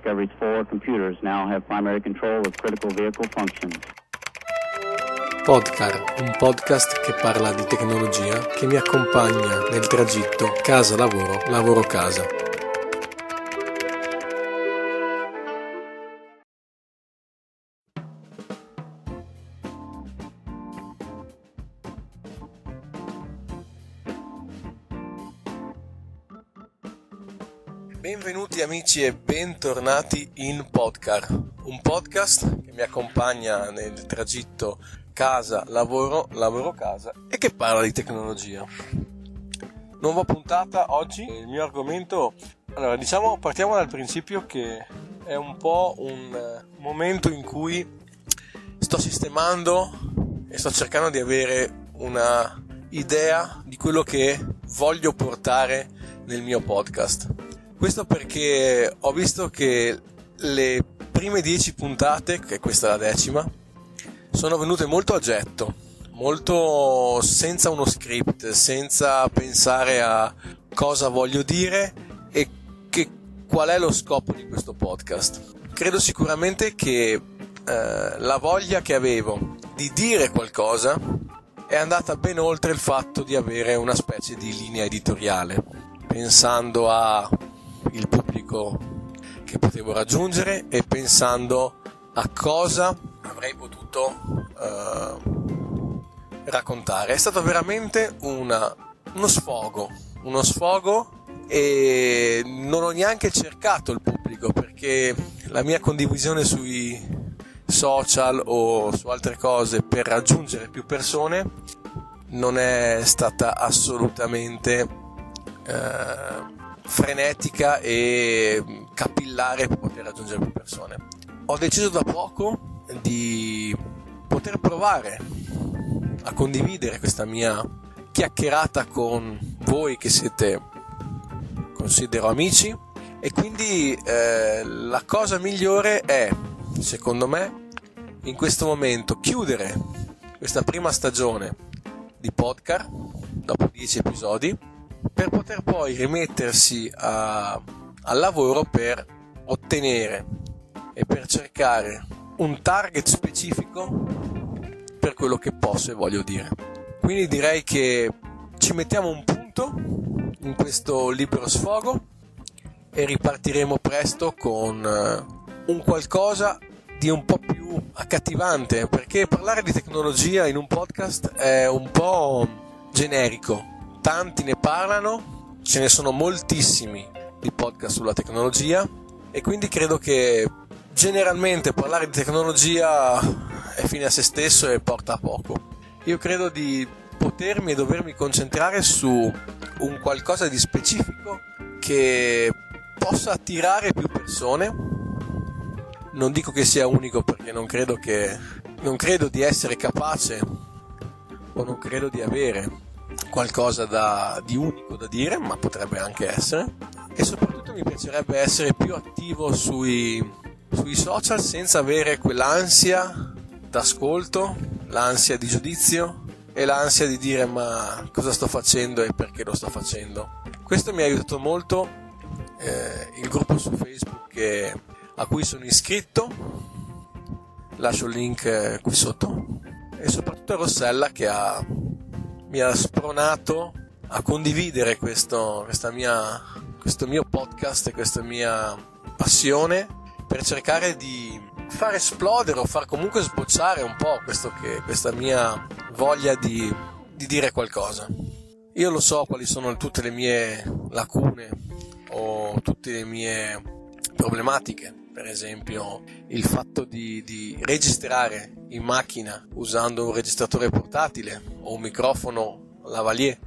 Discovery's 4 computers now have primary control of critical vehicle functions. Podcar, un podcast che parla di tecnologia che mi accompagna nel tragitto casa-lavoro, lavoro-casa. Benvenuti amici e bentornati in Podcar, un podcast che mi accompagna nel tragitto casa-lavoro, lavoro-casa e che parla di tecnologia. Nuova puntata oggi, il mio argomento, partiamo dal principio che è un po' un momento in cui sto sistemando e sto cercando di avere una idea di quello che voglio portare nel mio podcast. Questo perché ho visto che le prime 10 puntate, che questa è la 10ª, sono venute molto a getto, molto senza uno script, senza pensare a cosa voglio dire e qual è lo scopo di questo podcast. Credo sicuramente che la voglia che avevo di dire qualcosa è andata ben oltre il fatto di avere una specie di linea editoriale, pensando a il pubblico che potevo raggiungere e pensando a cosa avrei potuto raccontare. È stato veramente uno sfogo e non ho neanche cercato il pubblico, perché la mia condivisione sui social o su altre cose per raggiungere più persone non è stata assolutamente frenetica e capillare per poter raggiungere più persone. Ho deciso da poco di poter provare a condividere questa mia chiacchierata con voi che siete, considero, amici, e quindi la cosa migliore è, secondo me, in questo momento chiudere questa prima stagione di Podcar dopo 10 episodi, per poter poi rimettersi al lavoro per ottenere e per cercare un target specifico per quello che posso e voglio dire. Quindi direi che ci mettiamo un punto in questo libero sfogo e ripartiremo presto con un qualcosa di un po' più accattivante, perché parlare di tecnologia in un podcast è un po' generico. Tanti ne parlano, ce ne sono moltissimi di podcast sulla tecnologia e quindi credo che generalmente parlare di tecnologia è fine a se stesso e porta a poco. Io credo di potermi e dovermi concentrare su un qualcosa di specifico che possa attirare più persone. Non dico che sia unico, perché non credo di essere capace o non credo di avere qualcosa di unico da dire, ma potrebbe anche essere. E soprattutto mi piacerebbe essere più attivo sui social senza avere quell'ansia d'ascolto, l'ansia di giudizio e l'ansia di dire ma cosa sto facendo e perché lo sto facendo. Questo mi ha aiutato molto il gruppo su Facebook a cui sono iscritto, lascio il link qui sotto, e soprattutto a Rossella che mi ha spronato a condividere questo mio podcast e questa mia passione per cercare di far esplodere o far comunque sbocciare un po' questa mia voglia di dire qualcosa. Io lo so quali sono tutte le mie lacune o tutte le mie problematiche, per esempio il fatto di registrare in macchina usando un registratore portatile o un microfono lavalier,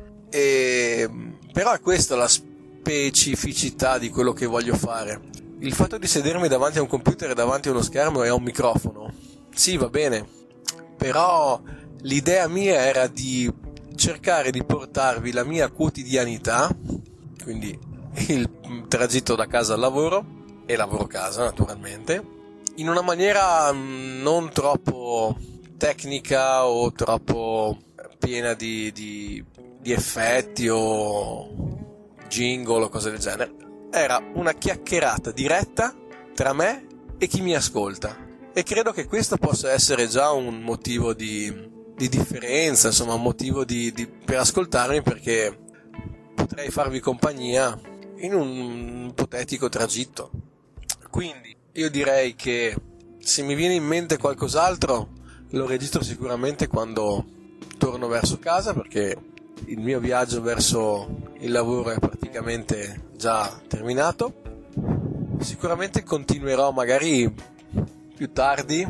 però è questa la specificità di quello che voglio fare. Il fatto di sedermi davanti a un computer e davanti a uno schermo e a un microfono, sì, va bene, però l'idea mia era di cercare di portarvi la mia quotidianità, quindi il tragitto da casa al lavoro e lavoro-casa naturalmente, in una maniera non troppo tecnica o troppo piena di effetti o jingle o cose del genere. Era una chiacchierata diretta tra me e chi mi ascolta. E credo che questo possa essere già un motivo di differenza, insomma un motivo per ascoltarmi, perché potrei farvi compagnia in un ipotetico tragitto. Quindi io direi che se mi viene in mente qualcos'altro lo registro sicuramente quando torno verso casa, perché il mio viaggio verso il lavoro è praticamente già terminato. Sicuramente continuerò magari più tardi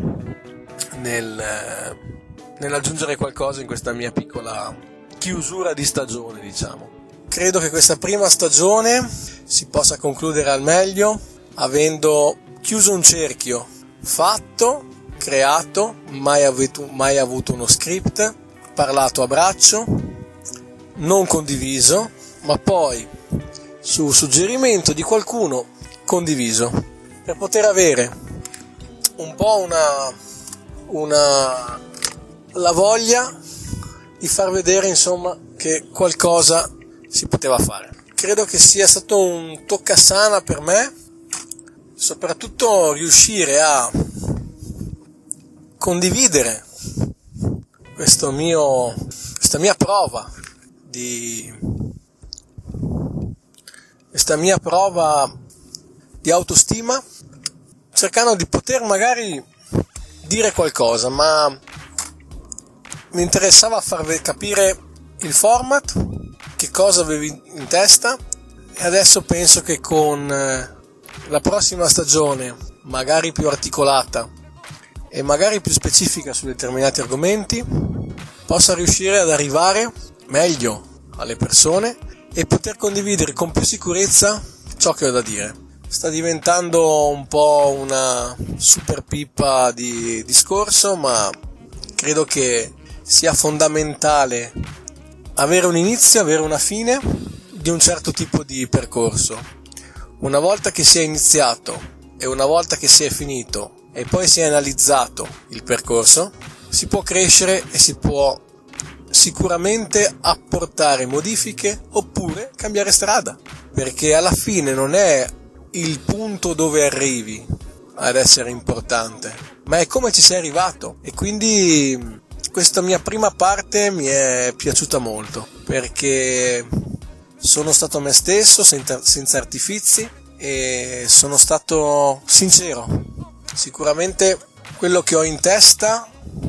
nell'aggiungere qualcosa in questa mia piccola chiusura di stagione, diciamo. Credo che questa prima stagione si possa concludere al meglio avendo chiuso un cerchio, fatto, creato, mai avuto uno script, parlato a braccio, non condiviso, ma poi su suggerimento di qualcuno condiviso, per poter avere un po' la voglia di far vedere, insomma, che qualcosa si poteva fare. Credo che sia stato un toccasana per me, soprattutto riuscire a condividere questa mia prova di autostima, cercando di poter magari dire qualcosa, ma mi interessava farvi capire il format, che cosa avevi in testa, e adesso penso che con la prossima stagione, magari più articolata e magari più specifica su determinati argomenti, possa riuscire ad arrivare meglio alle persone e poter condividere con più sicurezza ciò che ho da dire. Sta diventando un po' una super pippa di discorso, ma credo che sia fondamentale avere un inizio, avere una fine di un certo tipo di percorso. Una volta che si è iniziato e una volta che si è finito e poi si è analizzato il percorso, si può crescere e si può sicuramente apportare modifiche oppure cambiare strada, perché alla fine non è il punto dove arrivi ad essere importante, ma è come ci sei arrivato. E quindi questa mia prima parte mi è piaciuta molto, perché sono stato me stesso, senza artifizi, e sono stato sincero. Sicuramente quello che ho in testa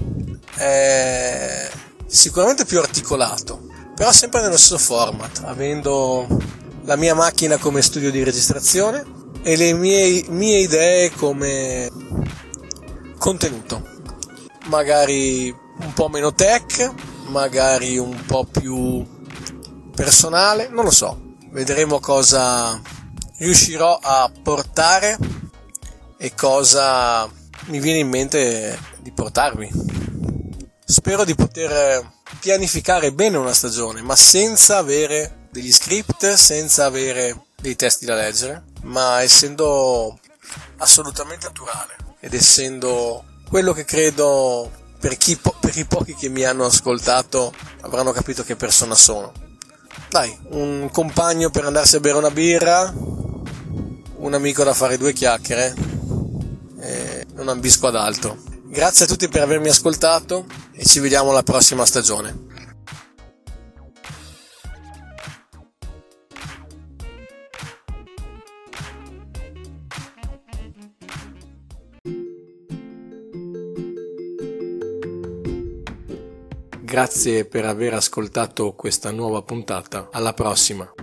è sicuramente più articolato, però sempre nello stesso format, avendo la mia macchina come studio di registrazione e le mie idee come contenuto, magari un po' meno tech, magari un po' più personale, non lo so, vedremo cosa riuscirò a portare e cosa mi viene in mente di portarvi. Spero di poter pianificare bene una stagione, ma senza avere degli script, senza avere dei testi da leggere, ma essendo assolutamente naturale ed essendo quello che credo per i pochi che mi hanno ascoltato avranno capito che persona sono. Dai, un compagno per andarsi a bere una birra, un amico da fare due chiacchiere e non ambisco ad altro. Grazie a tutti per avermi ascoltato e ci vediamo alla prossima stagione. Grazie per aver ascoltato questa nuova puntata. Alla prossima.